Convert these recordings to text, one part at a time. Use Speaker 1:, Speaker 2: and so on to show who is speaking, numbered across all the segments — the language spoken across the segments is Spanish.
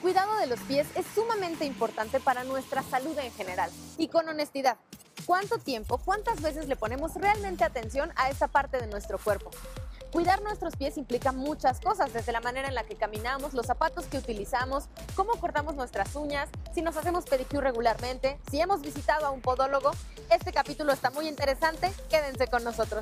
Speaker 1: cuidado de los pies es sumamente importante para nuestra salud en general. Y con honestidad, ¿cuánto tiempo, cuántas veces le ponemos realmente atención a esta parte de nuestro cuerpo? Cuidar nuestros pies implica muchas cosas, desde la manera en la que caminamos, los zapatos que utilizamos, cómo cortamos nuestras uñas, si nos hacemos pedicure regularmente, si hemos visitado a un podólogo. Este capítulo está muy interesante, quédense con nosotros.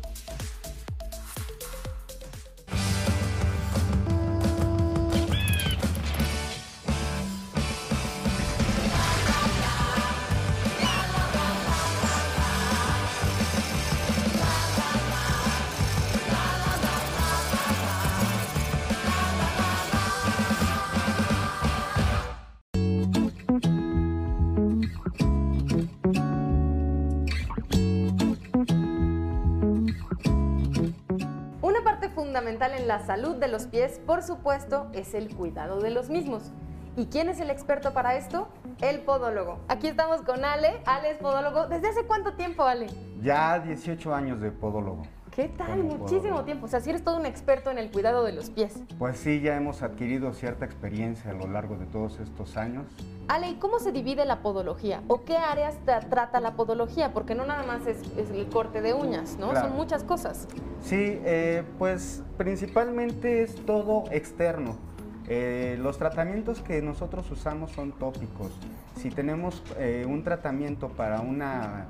Speaker 1: Fundamental en la salud de los pies, por supuesto, es el cuidado de los mismos. ¿Y quién es el experto para esto? El podólogo. Aquí estamos con Ale. Ale es podólogo. ¿Desde hace cuánto tiempo, Ale?
Speaker 2: Ya 18 años de podólogo.
Speaker 1: ¿Qué tal? Muchísimo tiempo. O sea, si eres todo un experto en el cuidado de los pies.
Speaker 2: Pues sí, ya hemos adquirido cierta experiencia a lo largo de todos estos años.
Speaker 1: Ale, ¿y cómo se divide la podología? ¿O qué áreas trata la podología? Porque no nada más es el corte de uñas, ¿no?
Speaker 2: Claro.
Speaker 1: Son muchas cosas.
Speaker 2: Sí, pues principalmente es todo externo. Los tratamientos que nosotros usamos son tópicos. Si tenemos un tratamiento para una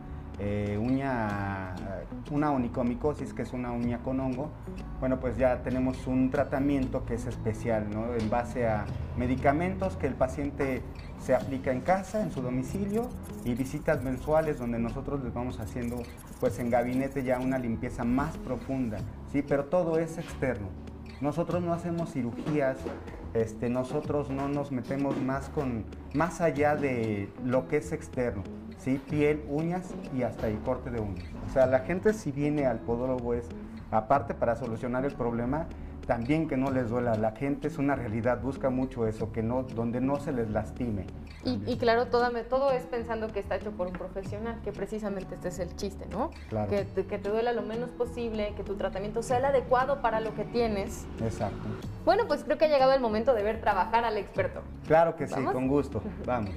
Speaker 2: onicomicosis, que es una uña con hongo, bueno, pues ya tenemos un tratamiento que es especial, ¿no? En base a medicamentos que el paciente se aplica en casa, en su domicilio, y visitas mensuales donde nosotros les vamos haciendo, pues en gabinete, ya una limpieza más profunda, ¿sí? Pero todo es externo. Nosotros no hacemos cirugías, nosotros no nos metemos más allá de lo que es externo, ¿sí? Piel, uñas y hasta el corte de uñas. O sea, la gente si viene al podólogo es, aparte para solucionar el problema, también que no les duela. La gente es una realidad, busca mucho eso, donde no se les lastime.
Speaker 1: Y claro, todo es pensando que está hecho por un profesional, que precisamente este es el chiste, ¿no?
Speaker 2: Claro.
Speaker 1: Que te duela lo menos posible, que tu tratamiento sea el adecuado para lo que tienes.
Speaker 2: Exacto.
Speaker 1: Bueno, pues creo que ha llegado el momento de ver trabajar al experto.
Speaker 2: Claro que sí,
Speaker 1: ¿Vamos?
Speaker 2: con gusto. Vamos.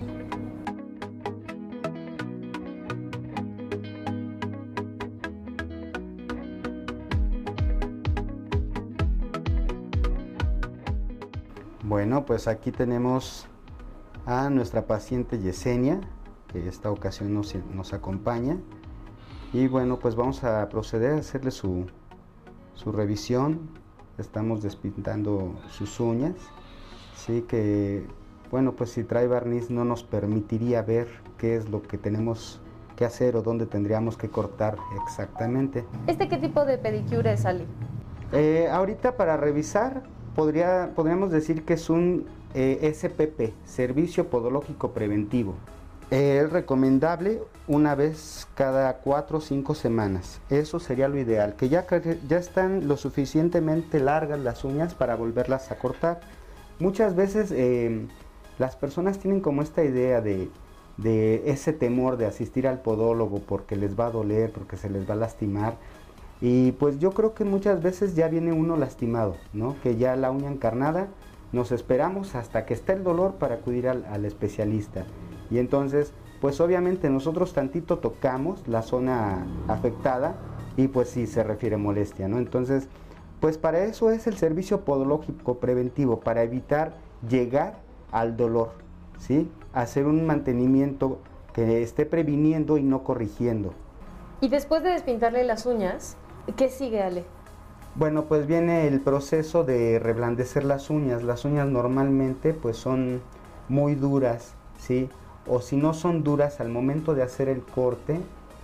Speaker 2: Bueno, pues aquí tenemos a nuestra paciente Yesenia, que esta ocasión nos acompaña. Y bueno, pues vamos a proceder a hacerle su revisión. Estamos despintando sus uñas. Sí que, bueno, pues si trae barniz no nos permitiría ver qué es lo que tenemos que hacer o dónde tendríamos que cortar exactamente.
Speaker 1: ¿Qué tipo de pedicure es, Ale?
Speaker 2: Ahorita para revisar podríamos decir que es un SPP, Servicio Podológico Preventivo. Es recomendable una vez cada 4 o 5 semanas. Eso sería lo ideal, que ya están lo suficientemente largas las uñas para volverlas a cortar. Muchas veces las personas tienen como esta idea de ese temor de asistir al podólogo porque les va a doler, porque se les va a lastimar. Y pues yo creo que muchas veces ya viene uno lastimado, ¿no? Que ya la uña encarnada, nos esperamos hasta que esté el dolor para acudir al especialista. Y entonces, pues obviamente nosotros tantito tocamos la zona afectada y pues sí se refiere molestia, ¿no? Entonces, pues para eso es el servicio podológico preventivo, para evitar llegar al dolor, ¿sí? Hacer un mantenimiento que esté previniendo y no corrigiendo.
Speaker 1: Y después de despintarle las uñas, ¿qué sigue, Ale?
Speaker 2: Bueno, pues viene el proceso de reblandecer las uñas. Las uñas normalmente pues son muy duras, ¿sí? O si no son duras al momento de hacer el corte,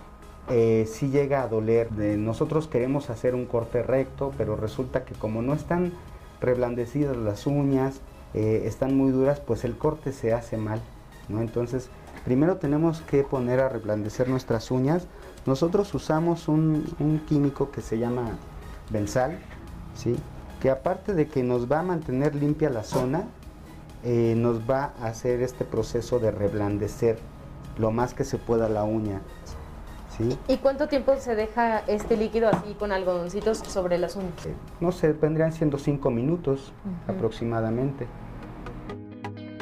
Speaker 2: sí llega a doler. Nosotros queremos hacer un corte recto, pero resulta que como no están reblandecidas las uñas, están muy duras, pues el corte se hace mal, ¿no? Entonces, primero tenemos que poner a reblandecer nuestras uñas. Nosotros usamos un químico que se llama Bensal, ¿sí? Que aparte de que nos va a mantener limpia la zona, nos va a hacer este proceso de reblandecer lo más que se pueda la uña, ¿sí?
Speaker 1: ¿Y cuánto tiempo se deja este líquido así con algodoncitos sobre las uñas?
Speaker 2: No sé, vendrían siendo 5 minutos aproximadamente.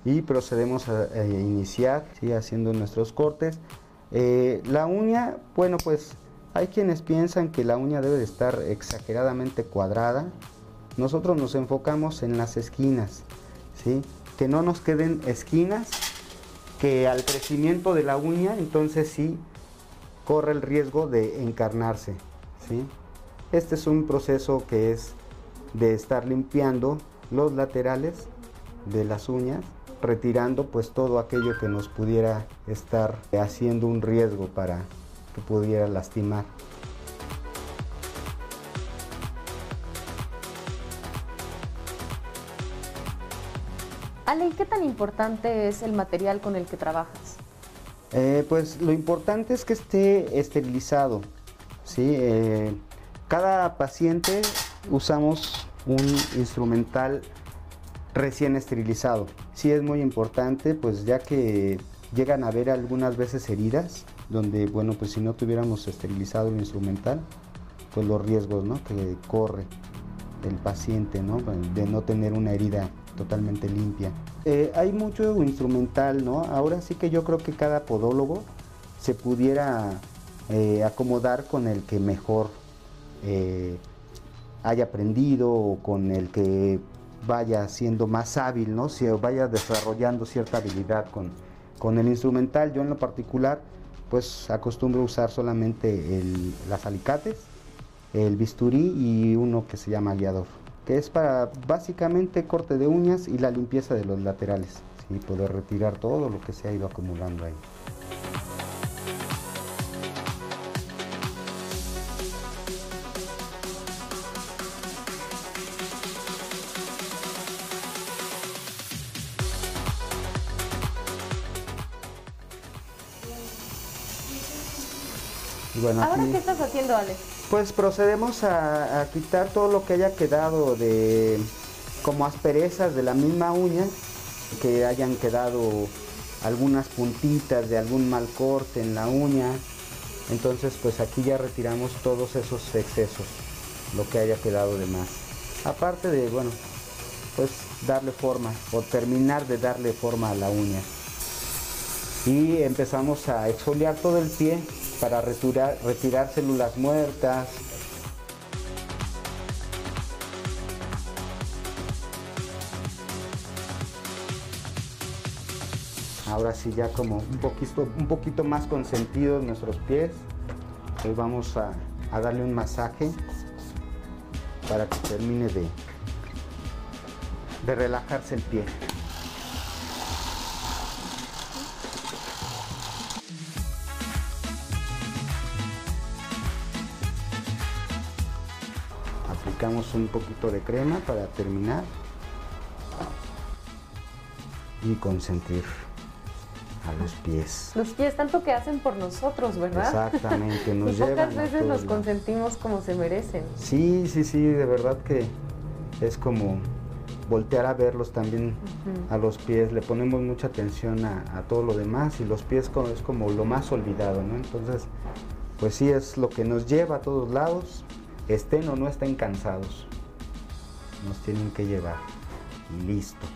Speaker 2: y procedemos a iniciar, ¿sí?, haciendo nuestros cortes. La uña, bueno, pues hay quienes piensan que la uña debe de estar exageradamente cuadrada. Nosotros nos enfocamos en las esquinas, ¿sí?, que no nos queden esquinas que al crecimiento de la uña, entonces sí corre el riesgo de encarnarse, ¿sí? Este es un proceso que es de estar limpiando los laterales de las uñas, retirando pues todo aquello que nos pudiera estar haciendo un riesgo para que pudiera lastimar.
Speaker 1: Ale, ¿qué tan importante es el material con el que trabajas?
Speaker 2: Pues lo importante es que esté esterilizado, ¿sí? Cada paciente usamos un instrumental recién esterilizado. Sí es muy importante, pues ya que llegan a haber algunas veces heridas, donde, bueno, pues si no tuviéramos esterilizado el instrumental, pues los riesgos, ¿no?, que corre el paciente, ¿no?, de no tener una herida totalmente limpia. Hay mucho instrumental, ¿no? Ahora sí que yo creo que cada podólogo se pudiera acomodar con el que mejor haya aprendido o con el que vaya siendo más hábil, ¿no?, si vaya desarrollando cierta habilidad con el instrumental. Yo en lo particular pues acostumbro usar solamente las alicates, el bisturí y uno que se llama guiador, que es para básicamente corte de uñas y la limpieza de los laterales, y poder retirar todo lo que se ha ido acumulando ahí. Y bueno,
Speaker 1: ¿Ahora
Speaker 2: aquí,
Speaker 1: qué estás haciendo, Ale?
Speaker 2: pues procedemos a quitar todo lo que haya quedado de como asperezas de la misma uña, que hayan quedado algunas puntitas de algún mal corte en la uña. Entonces pues aquí ya retiramos todos esos excesos, lo que haya quedado de más. Aparte de, bueno, pues darle forma o terminar de darle forma a la uña. Y empezamos a exfoliar todo el pie para retirar células muertas. Ahora sí, ya como un poquito más consentidos nuestros pies. Hoy vamos a darle un masaje para que termine de relajarse el pie. Aplicamos un poquito de crema para terminar y consentir a los pies.
Speaker 1: Los pies, tanto que hacen por nosotros, ¿verdad?
Speaker 2: Exactamente, nos
Speaker 1: y
Speaker 2: llevan
Speaker 1: pocas
Speaker 2: a
Speaker 1: veces
Speaker 2: todos
Speaker 1: los
Speaker 2: lados.
Speaker 1: consentimos como se merecen.
Speaker 2: Sí, de verdad que es como voltear a verlos también. A los pies, le ponemos mucha atención a todo lo demás, y los pies es como lo más olvidado, ¿no? Entonces, pues sí, es lo que nos lleva a todos lados, estén o no estén cansados, nos tienen que llevar, y listo.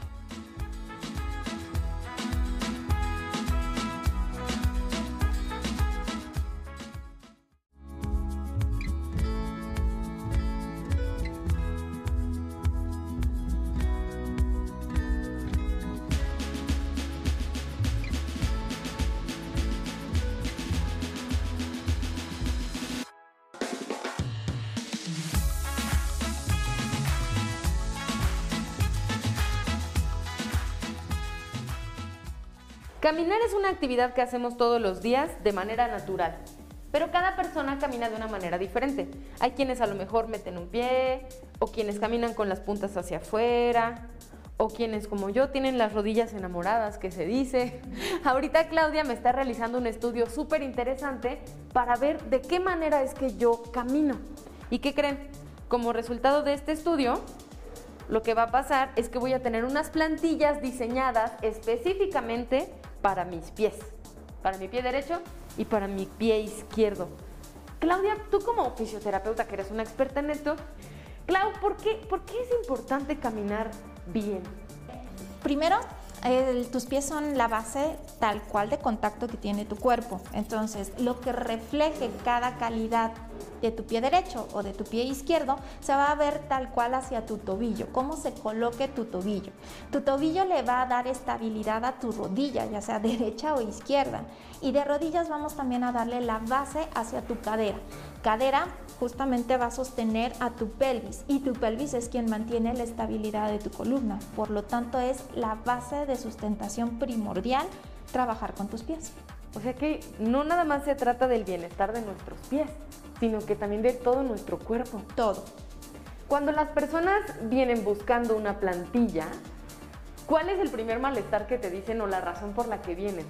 Speaker 1: Caminar es una actividad que hacemos todos los días de manera natural, pero cada persona camina de una manera diferente. Hay quienes a lo mejor meten un pie, o quienes caminan con las puntas hacia afuera, o quienes como yo tienen las rodillas enamoradas, que se dice. Ahorita Claudia me está realizando un estudio súper interesante para ver de qué manera es que yo camino. ¿Y qué creen? Como resultado de este estudio, lo que va a pasar es que voy a tener unas plantillas diseñadas específicamente para mis pies, para mi pie derecho y para mi pie izquierdo. Claudia, tú como fisioterapeuta, que eres una experta en esto, Clau, ¿por qué es importante caminar bien?
Speaker 3: Primero, tus pies son la base tal cual de contacto que tiene tu cuerpo. Entonces, lo que refleje cada calidad de tu pie derecho o de tu pie izquierdo se va a ver tal cual hacia tu tobillo, cómo se coloque tu tobillo. Tu tobillo le va a dar estabilidad a tu rodilla, ya sea derecha o izquierda. Y de rodillas vamos también a darle la base hacia tu cadera. Cadera justamente va a sostener a tu pelvis y tu pelvis es quien mantiene la estabilidad de tu columna. Por lo tanto, es la base de sustentación primordial trabajar con tus pies.
Speaker 1: O sea que no nada más se trata del bienestar de nuestros pies, sino que también de todo nuestro cuerpo.
Speaker 3: Todo.
Speaker 1: Cuando las personas vienen buscando una plantilla, ¿cuál es el primer malestar que te dicen o la razón por la que vienen?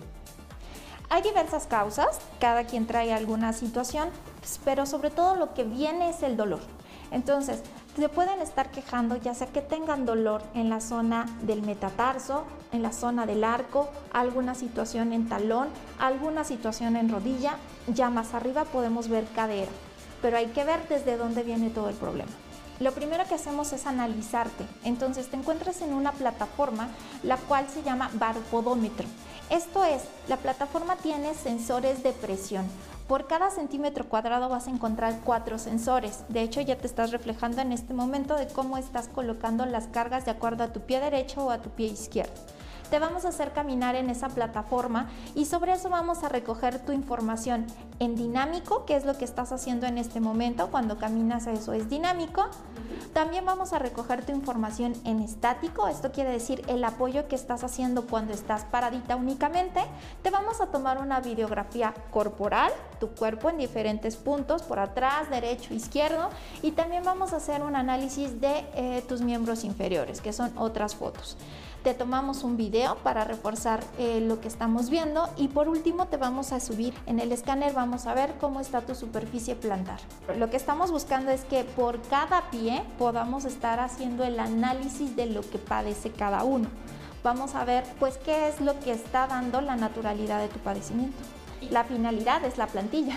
Speaker 3: Hay diversas causas, cada quien trae alguna situación, pero sobre todo lo que viene es el dolor. Entonces, se pueden estar quejando ya sea que tengan dolor en la zona del metatarso, en la zona del arco, alguna situación en talón, alguna situación en rodilla, ya más arriba podemos ver cadera, pero hay que ver desde dónde viene todo el problema. Lo primero que hacemos es analizarte, entonces te encuentras en una plataforma la cual se llama baropodómetro. Esto es, la plataforma tiene sensores de presión. Por cada centímetro cuadrado vas a encontrar 4 sensores. De hecho, ya te estás reflejando en este momento de cómo estás colocando las cargas de acuerdo a tu pie derecho o a tu pie izquierdo. Te vamos a hacer caminar en esa plataforma y sobre eso vamos a recoger tu información en dinámico, que es lo que estás haciendo en este momento. Cuando caminas eso es dinámico. También vamos a recoger tu información en estático, esto quiere decir el apoyo que estás haciendo cuando estás paradita únicamente. Te vamos a tomar una videografía corporal, tu cuerpo en diferentes puntos, por atrás, derecho, izquierdo, y también vamos a hacer un análisis de tus miembros inferiores, que son otras fotos. Te tomamos un video para reforzar lo que estamos viendo y por último te vamos a subir en el escáner, vamos a ver cómo está tu superficie plantar. Lo que estamos buscando es que por cada pie podamos estar haciendo el análisis de lo que padece cada uno. Vamos a ver pues qué es lo que está dando la naturalidad de tu padecimiento. La finalidad es la plantilla.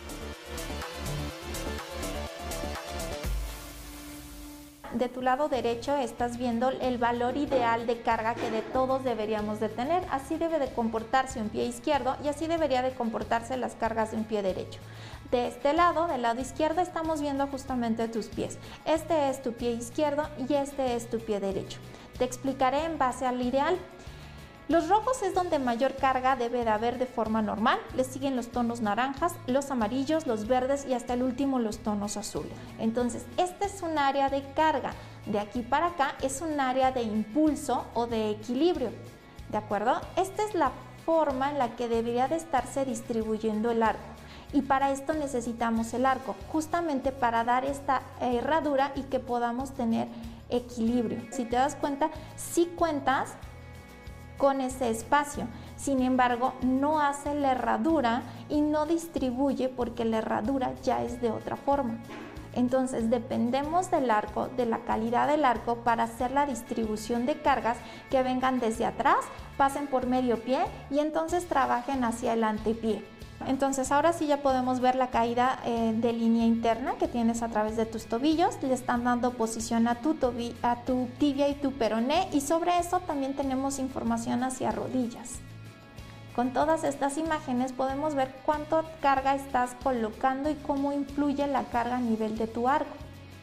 Speaker 3: De tu lado derecho estás viendo el valor ideal de carga que de todos deberíamos de tener. Así debe de comportarse un pie izquierdo y así debería de comportarse las cargas de un pie derecho. De este lado, del lado izquierdo, estamos viendo justamente tus pies. Este es tu pie izquierdo y este es tu pie derecho. Te explicaré en base al ideal. Los rojos es donde mayor carga debe de haber de forma normal, le siguen los tonos naranjas, los amarillos, los verdes y hasta el último los tonos azules. Entonces, este es un área de carga, de aquí para acá es un área de impulso o de equilibrio, ¿de acuerdo? Esta es la forma en la que debería de estarse distribuyendo el arco y para esto necesitamos el arco, justamente para dar esta herradura y que podamos tener equilibrio. Si te das cuenta, sí cuentas con ese espacio, sin embargo no hace la herradura y no distribuye porque la herradura ya es de otra forma. Entonces dependemos del arco, de la calidad del arco para hacer la distribución de cargas que vengan desde atrás, pasen por medio pie y entonces trabajen hacia el antepié. Entonces ahora sí ya podemos ver la caída de línea interna que tienes a través de tus tobillos, le están dando posición a tu tibia y tu peroné y sobre eso también tenemos información hacia rodillas. Con todas estas imágenes podemos ver cuánto carga estás colocando y cómo influye la carga a nivel de tu arco.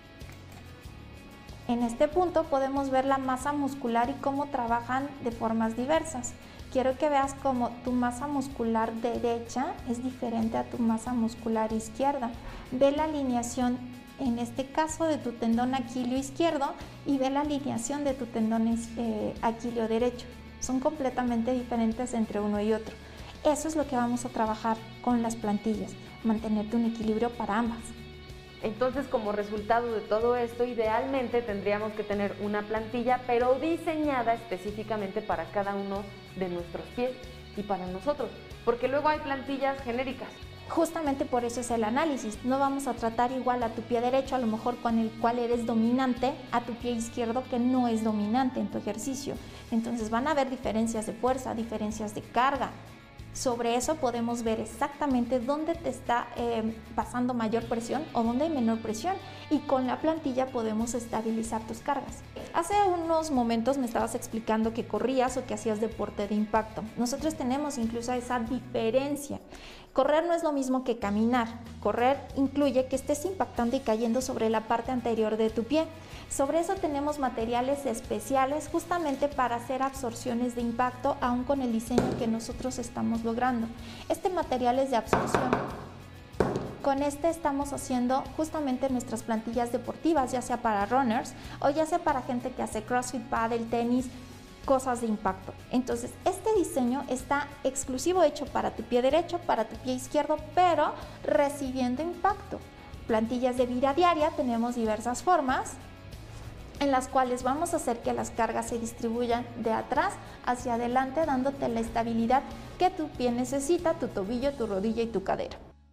Speaker 3: En este punto podemos ver la masa muscular y cómo trabajan de formas diversas. Quiero que veas cómo tu masa muscular derecha es diferente a tu masa muscular izquierda. Ve la alineación, en este caso, de tu tendón aquileo izquierdo y ve la alineación de tu tendón aquileo derecho. Son completamente diferentes entre uno y otro. Eso es lo que vamos a trabajar con las plantillas, mantenerte un equilibrio para ambas.
Speaker 1: Entonces, como resultado de todo esto, idealmente tendríamos que tener una plantilla, pero diseñada específicamente para cada uno de nuestros pies y para nosotros, porque luego hay plantillas genéricas.
Speaker 3: Justamente por eso es el análisis. No vamos a tratar igual a tu pie derecho, a lo mejor con el cual eres dominante, a tu pie izquierdo que no es dominante en tu ejercicio. Entonces van a haber diferencias de fuerza, diferencias de carga. Sobre eso podemos ver exactamente dónde te está pasando mayor presión o dónde hay menor presión y con la plantilla podemos estabilizar tus cargas. Hace unos momentos me estabas explicando que corrías o que hacías deporte de impacto. Nosotros tenemos incluso esa diferencia. Correr no es lo mismo que caminar. Correr incluye que estés impactando y cayendo sobre la parte anterior de tu pie. Sobre eso tenemos materiales especiales justamente para hacer absorciones de impacto, aún con el diseño que nosotros estamos logrando. Este material es de absorción. Con este estamos haciendo justamente nuestras plantillas deportivas, ya sea para runners o ya sea para gente que hace CrossFit, pádel, tenis, cosas de impacto. Entonces, este diseño está exclusivo hecho para tu pie derecho, para tu pie izquierdo, pero recibiendo impacto. Plantillas de vida diaria, tenemos diversas formas en las cuales vamos a hacer que las cargas se distribuyan de atrás hacia adelante, dándote la estabilidad que tu pie necesita, tu tobillo, tu rodilla y tu cadera.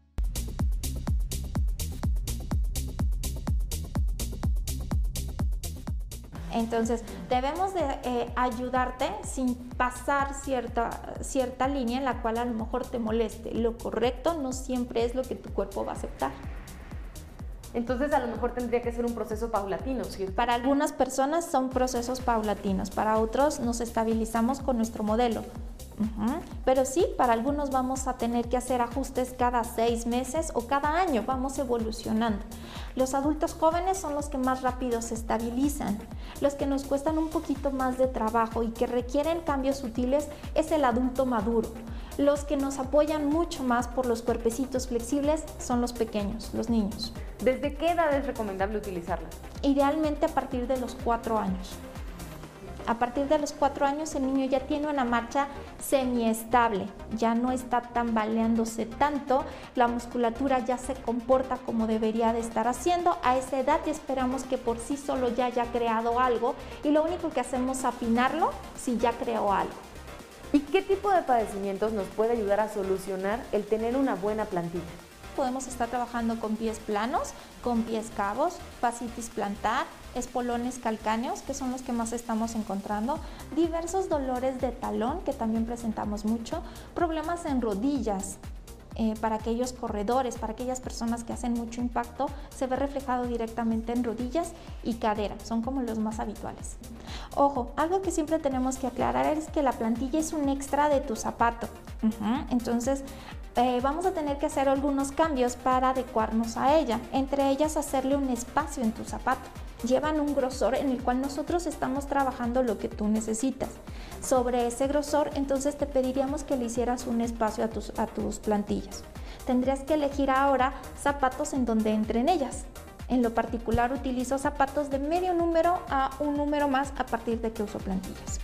Speaker 3: Entonces, debemos de ayudarte sin pasar cierta línea en la cual a lo mejor te moleste. Lo correcto no siempre es lo que tu cuerpo va a aceptar.
Speaker 1: Entonces, a lo mejor tendría que ser un proceso paulatino, ¿cierto?
Speaker 3: Para algunas personas son procesos paulatinos, para otros nos estabilizamos con nuestro modelo. Pero sí, para algunos vamos a tener que hacer ajustes cada 6 meses o cada año, vamos evolucionando. Los adultos jóvenes son los que más rápido se estabilizan. Los que nos cuestan un poquito más de trabajo y que requieren cambios sutiles es el adulto maduro. Los que nos apoyan mucho más por los cuerpecitos flexibles son los pequeños, los niños.
Speaker 1: ¿Desde qué edad es recomendable utilizarla?
Speaker 3: Idealmente a partir de los 4 años. A partir de los 4 años el niño ya tiene una marcha semiestable, ya no está tambaleándose tanto, la musculatura ya se comporta como debería de estar haciendo. A esa edad ya esperamos que por sí solo ya haya creado algo y lo único que hacemos es afinarlo si ya creó algo.
Speaker 1: ¿Y qué tipo de padecimientos nos puede ayudar a solucionar el tener una buena plantilla?
Speaker 3: Podemos estar trabajando con pies planos, con pies cabos, fascitis plantar, espolones calcáneos, que son los que más estamos encontrando, diversos dolores de talón, que también presentamos mucho, problemas en rodillas, para aquellos corredores, para aquellas personas que hacen mucho impacto, se ve reflejado directamente en rodillas y cadera, son como los más habituales. Ojo, algo que siempre tenemos que aclarar es que la plantilla es un extra de tu zapato. Entonces, vamos a tener que hacer algunos cambios para adecuarnos a ella, entre ellas hacerle un espacio en tu zapato. Llevan un grosor en el cual nosotros estamos trabajando lo que tú necesitas. Sobre ese grosor, entonces te pediríamos que le hicieras un espacio a tus plantillas. Tendrías que elegir ahora zapatos en donde entren ellas. En lo particular utilizo zapatos de medio número a un número más a partir de que uso plantillas.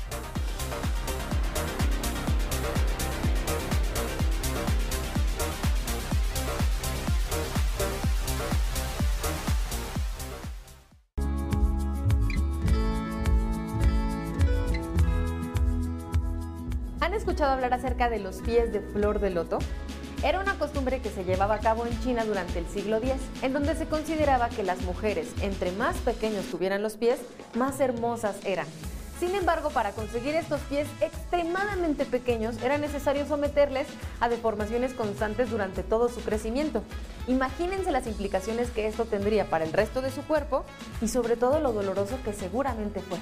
Speaker 1: ¿Han escuchado hablar acerca de los pies de flor de loto? Era una costumbre que se llevaba a cabo en China durante el siglo X, en donde se consideraba que las mujeres, entre más pequeños tuvieran los pies, más hermosas eran. Sin embargo, para conseguir estos pies extremadamente pequeños, era necesario someterles a deformaciones constantes durante todo su crecimiento. Imagínense las implicaciones que esto tendría para el resto de su cuerpo y sobre todo lo doloroso que seguramente fue.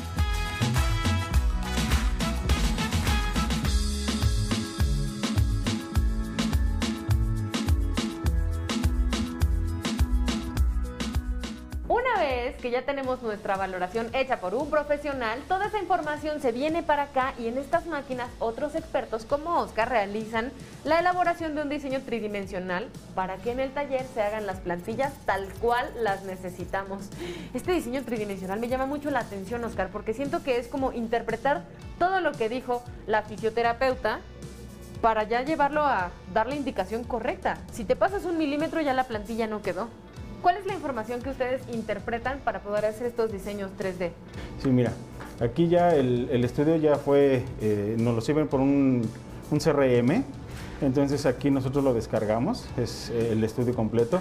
Speaker 1: Que ya tenemos nuestra valoración hecha por un profesional, toda esa información se viene para acá y en estas máquinas otros expertos como Oscar realizan la elaboración de un diseño tridimensional para que en el taller se hagan las plantillas tal cual las necesitamos. Este diseño tridimensional me llama mucho la atención, Oscar, porque siento que es como interpretar todo lo que dijo la fisioterapeuta para ya llevarlo a dar la indicación correcta. Si te pasas 1 milímetro ya la plantilla no quedó. ¿Cuál es la información que ustedes interpretan para poder hacer estos diseños 3D?
Speaker 4: Sí, mira, aquí ya el estudio ya fue, nos lo sirven por un CRM, entonces aquí nosotros lo descargamos, es el estudio completo.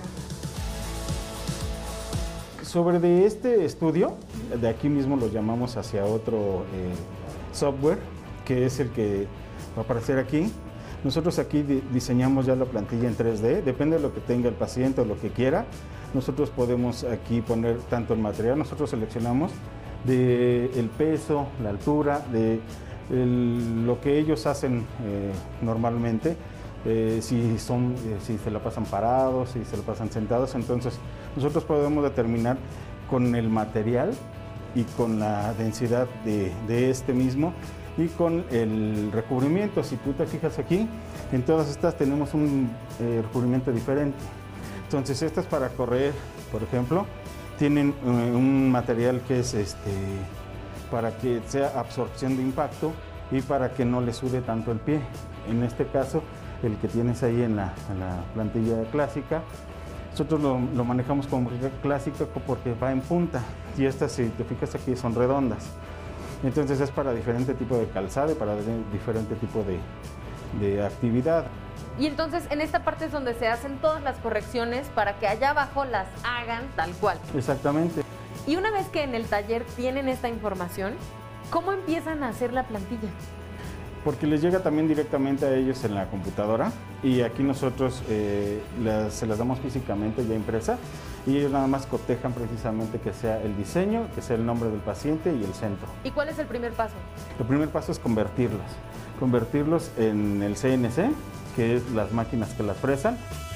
Speaker 4: Sobre de este estudio, de aquí mismo lo llamamos hacia otro software, que es el que va a aparecer aquí. Nosotros aquí diseñamos ya la plantilla en 3D, depende de lo que tenga el paciente o lo que quiera. nosotros podemos aquí poner tanto el material, nosotros seleccionamos del peso, la altura, de lo que ellos hacen normalmente, si se la pasan parados, si se la pasan sentados. Entonces nosotros podemos determinar con el material y con la densidad de este mismo y con el recubrimiento. Si tú te fijas aquí, en todas estas tenemos un recubrimiento diferente. Entonces estas para correr, por ejemplo, tienen un material que es para que sea absorción de impacto y para que no le sude tanto el pie. En este caso, el que tienes ahí en la plantilla clásica, nosotros lo manejamos como clásica porque va en punta, y estas, si te fijas aquí, son redondas. Entonces es para diferente tipo de calzado y para diferente tipo de actividad.
Speaker 1: Y entonces en esta parte es donde se hacen todas las correcciones para que allá abajo las hagan tal cual.
Speaker 4: Exactamente.
Speaker 1: Y una vez que en el taller tienen esta información, ¿cómo empiezan a hacer la plantilla?
Speaker 4: Porque les llega también directamente a ellos en la computadora, y aquí nosotros se las damos físicamente ya impresa, y ellos nada más cotejan precisamente que sea el diseño, que sea el nombre del paciente y el centro.
Speaker 1: ¿Y cuál es el primer paso?
Speaker 4: El primer paso es convertirlos en el CNC, que es las máquinas que las fresan.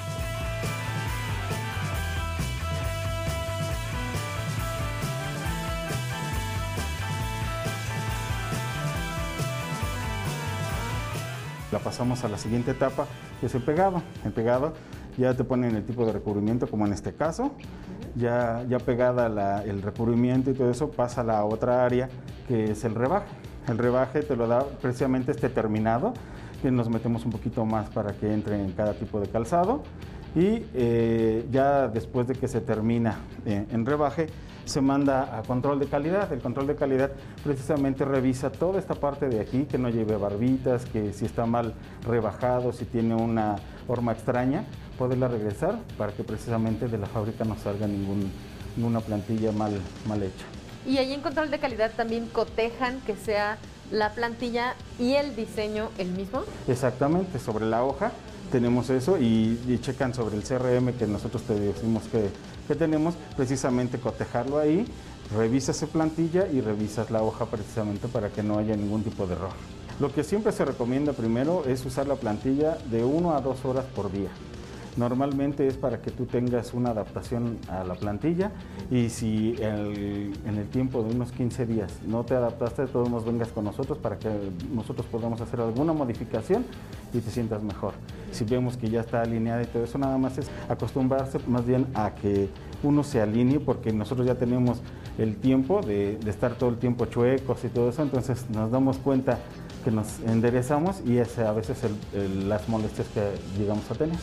Speaker 4: La pasamos a la siguiente etapa, que es el pegado. El pegado ya te ponen el tipo de recubrimiento, como en este caso. Ya pegada el recubrimiento y todo eso, pasa a la otra área, que es el rebaje. El rebaje te lo da precisamente este terminado, que nos metemos un poquito más para que entre en cada tipo de calzado. Y ya después de que se termina en rebaje, se manda a control de calidad. El control de calidad precisamente revisa toda esta parte de aquí, que no lleve barbitas, que si está mal rebajado, si tiene una horma extraña, poderla regresar para que precisamente de la fábrica no salga ninguna plantilla mal hecha.
Speaker 1: Y ahí en control de calidad también cotejan que sea la plantilla y el diseño el mismo.
Speaker 4: Exactamente, sobre la hoja tenemos eso, y checan sobre el CRM que nosotros te decimos que tenemos, precisamente cotejarlo ahí, revisas esa plantilla y revisas la hoja precisamente para que no haya ningún tipo de error. Lo que siempre se recomienda primero es usar la plantilla de 1 a 2 horas por día. Normalmente es para que tú tengas una adaptación a la plantilla, y si en el tiempo de unos 15 días no te adaptaste, de todos modos vengas con nosotros para que nosotros podamos hacer alguna modificación y te sientas mejor. Si vemos que ya está alineada y todo eso, nada más es acostumbrarse más bien a que uno se alinee, porque nosotros ya tenemos el tiempo de estar todo el tiempo chuecos y todo eso, entonces nos damos cuenta que nos enderezamos, y es a veces las molestias que llegamos a tener.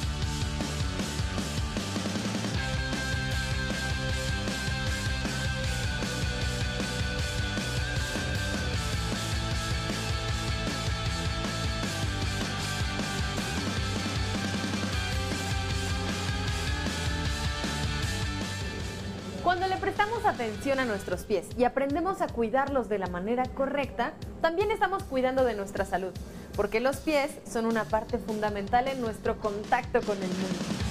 Speaker 1: Cuando le prestamos atención a nuestros pies y aprendemos a cuidarlos de la manera correcta, también estamos cuidando de nuestra salud, porque los pies son una parte fundamental en nuestro contacto con el mundo.